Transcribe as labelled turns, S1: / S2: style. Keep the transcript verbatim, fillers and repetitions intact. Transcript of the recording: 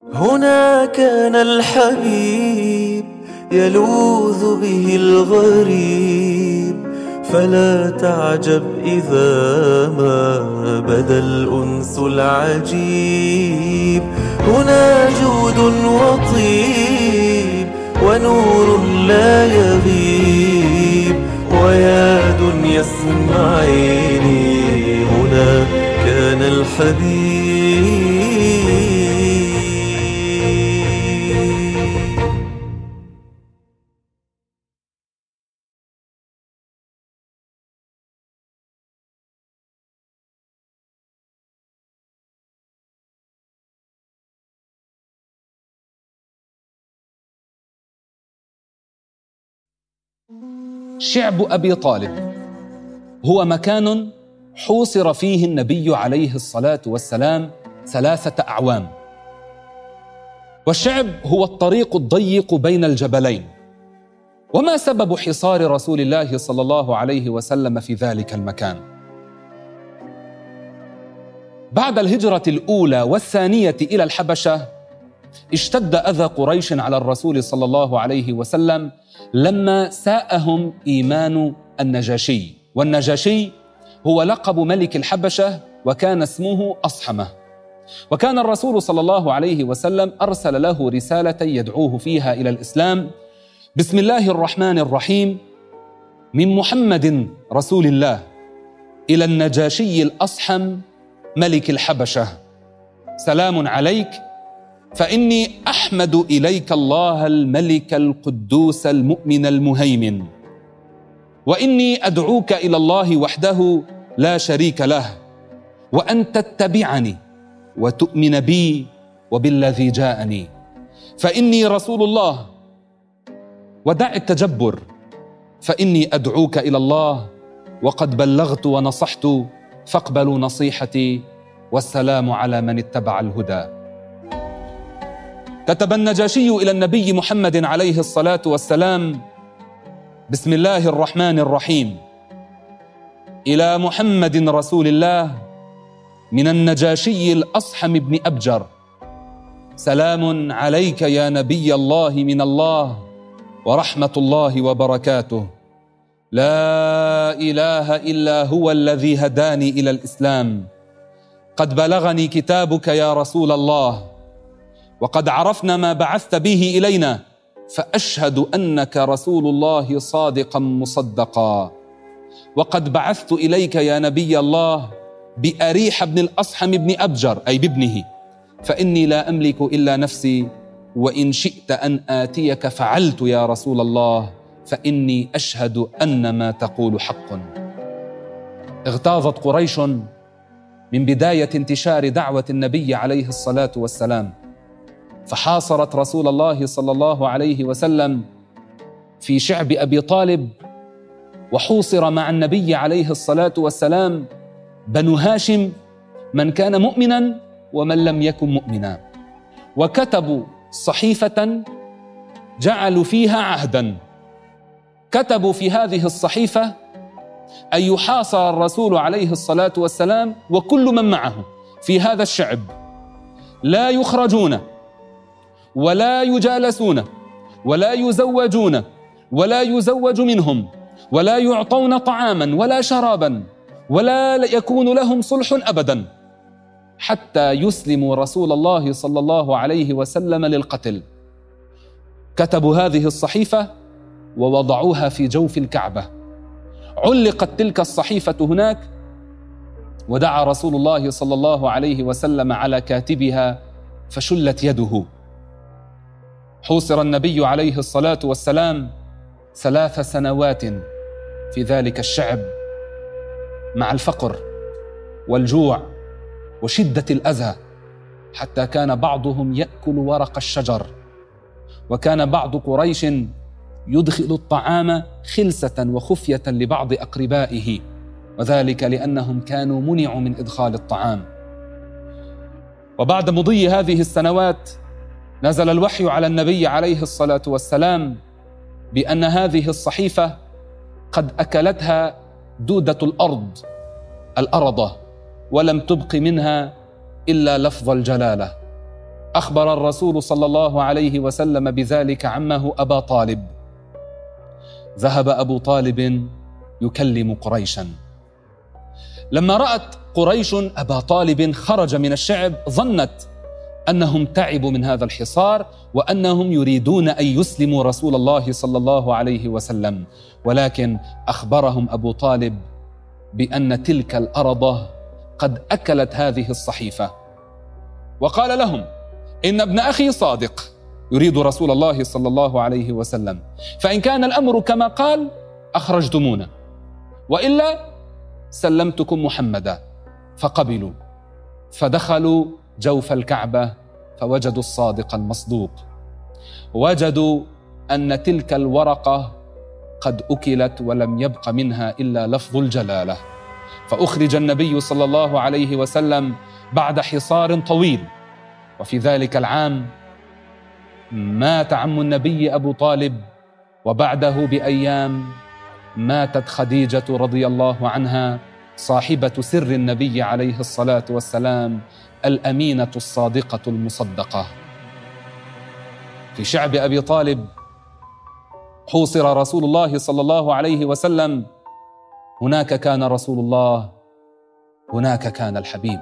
S1: هنا كان الحبيب يلوذ به الغريب، فلا تعجب إذا ما بدا الأنس العجيب. هنا جود وطيب ونور لا يغيب، ويا دنيا اسمعيني هنا كان الحبيب.
S2: شعب أبي طالب هو مكان حوصر فيه النبي عليه الصلاة والسلام ثلاثة أعوام، والشعب هو الطريق الضيق بين الجبلين. وما سبب حصار رسول الله صلى الله عليه وسلم في ذلك المكان؟ بعد الهجرة الأولى والثانية إلى الحبشة اشتد أذى قريش على الرسول صلى الله عليه وسلم لما ساءهم إيمان النجاشي، والنجاشي هو لقب ملك الحبشة وكان اسمه أصحمة. وكان الرسول صلى الله عليه وسلم أرسل له رسالة يدعوه فيها إلى الإسلام: بسم الله الرحمن الرحيم، من محمد رسول الله إلى النجاشي الأصحم ملك الحبشة، سلام عليك، فإني أحمد إليك الله الملك القدوس المؤمن المهيمن، وإني أدعوك إلى الله وحده لا شريك له، وأن تتبعني وتؤمن بي وبالذي جاءني، فإني رسول الله، ودع التجبر، فإني أدعوك إلى الله وقد بلغت ونصحت، فاقبلوا نصيحتي، والسلام على من اتبع الهدى. كتب النجاشي إلى النبي محمد عليه الصلاة والسلام: بسم الله الرحمن الرحيم، إلى محمد رسول الله من النجاشي الأصحم بن أبجر، سلام عليك يا نبي الله من الله ورحمة الله وبركاته، لا إله إلا هو الذي هداني إلى الإسلام، قد بلغني كتابك يا رسول الله، وقد عرفنا ما بعثت به إلينا، فأشهد أنك رسول الله صادقا مصدقا، وقد بعثت إليك يا نبي الله بأريح بن الأصحم بن أبجر أي بابنه، فإني لا أملك إلا نفسي، وإن شئت أن آتيك فعلت يا رسول الله، فإني أشهد أن ما تقول حق. اغتاظت قريش من بداية انتشار دعوة النبي عليه الصلاة والسلام، فحاصرت رسول الله صلى الله عليه وسلم في شعب أبي طالب، وحوصر مع النبي عليه الصلاة والسلام بنو هاشم، من كان مؤمنا ومن لم يكن مؤمنا، وكتبوا صحيفة جعلوا فيها عهدا، كتبوا في هذه الصحيفة أن يحاصر الرسول عليه الصلاة والسلام وكل من معه في هذا الشعب، لا يخرجون ولا يجالسون ولا يزوجون ولا يزوج منهم ولا يعطون طعاما ولا شرابا ولا يكون لهم صلح أبدا حتى يسلموا رسول الله صلى الله عليه وسلم للقتل. كتبوا هذه الصحيفة ووضعوها في جوف الكعبة، علقت تلك الصحيفة هناك، ودعا رسول الله صلى الله عليه وسلم على كاتبها فشلت يده. حوصر النبي عليه الصلاة والسلام ثلاث سنوات في ذلك الشعب مع الفقر والجوع وشدة الأذى، حتى كان بعضهم يأكل ورق الشجر، وكان بعض قريش يدخل الطعام خلسة وخفية لبعض أقربائه، وذلك لأنهم كانوا منعوا من إدخال الطعام. وبعد مضي هذه السنوات نزل الوحي على النبي عليه الصلاة والسلام بأن هذه الصحيفة قد أكلتها دودة الأرض الأرضة، ولم تبق منها إلا لفظ الجلالة. أخبر الرسول صلى الله عليه وسلم بذلك عمه أبا طالب. ذهب أبو طالب يكلم قريشا. لما رأت قريش أبا طالب خرج من الشعب ظنت أنهم تعبوا من هذا الحصار وأنهم يريدون أن يسلموا رسول الله صلى الله عليه وسلم، ولكن أخبرهم أبو طالب بأن تلك الأرض قد أكلت هذه الصحيفة، وقال لهم إن ابن أخي صادق يريد رسول الله صلى الله عليه وسلم، فإن كان الأمر كما قال أخرجتمونا، وإلا سلمتكم محمدا. فقبلوا، فدخلوا جوف الكعبة فوجدوا الصادق المصدوق، وجدوا أن تلك الورقة قد أكلت ولم يبق منها إلا لفظ الجلالة. فأخرج النبي صلى الله عليه وسلم بعد حصار طويل. وفي ذلك العام مات عم النبي أبو طالب، وبعده بأيام ماتت خديجة رضي الله عنها صاحبة سر النبي عليه الصلاة والسلام، الأمينة الصادقة المصدقة. في شعب أبي طالب حوصر رسول الله صلى الله عليه وسلم. هناك كان رسول الله، هناك كان الحبيب.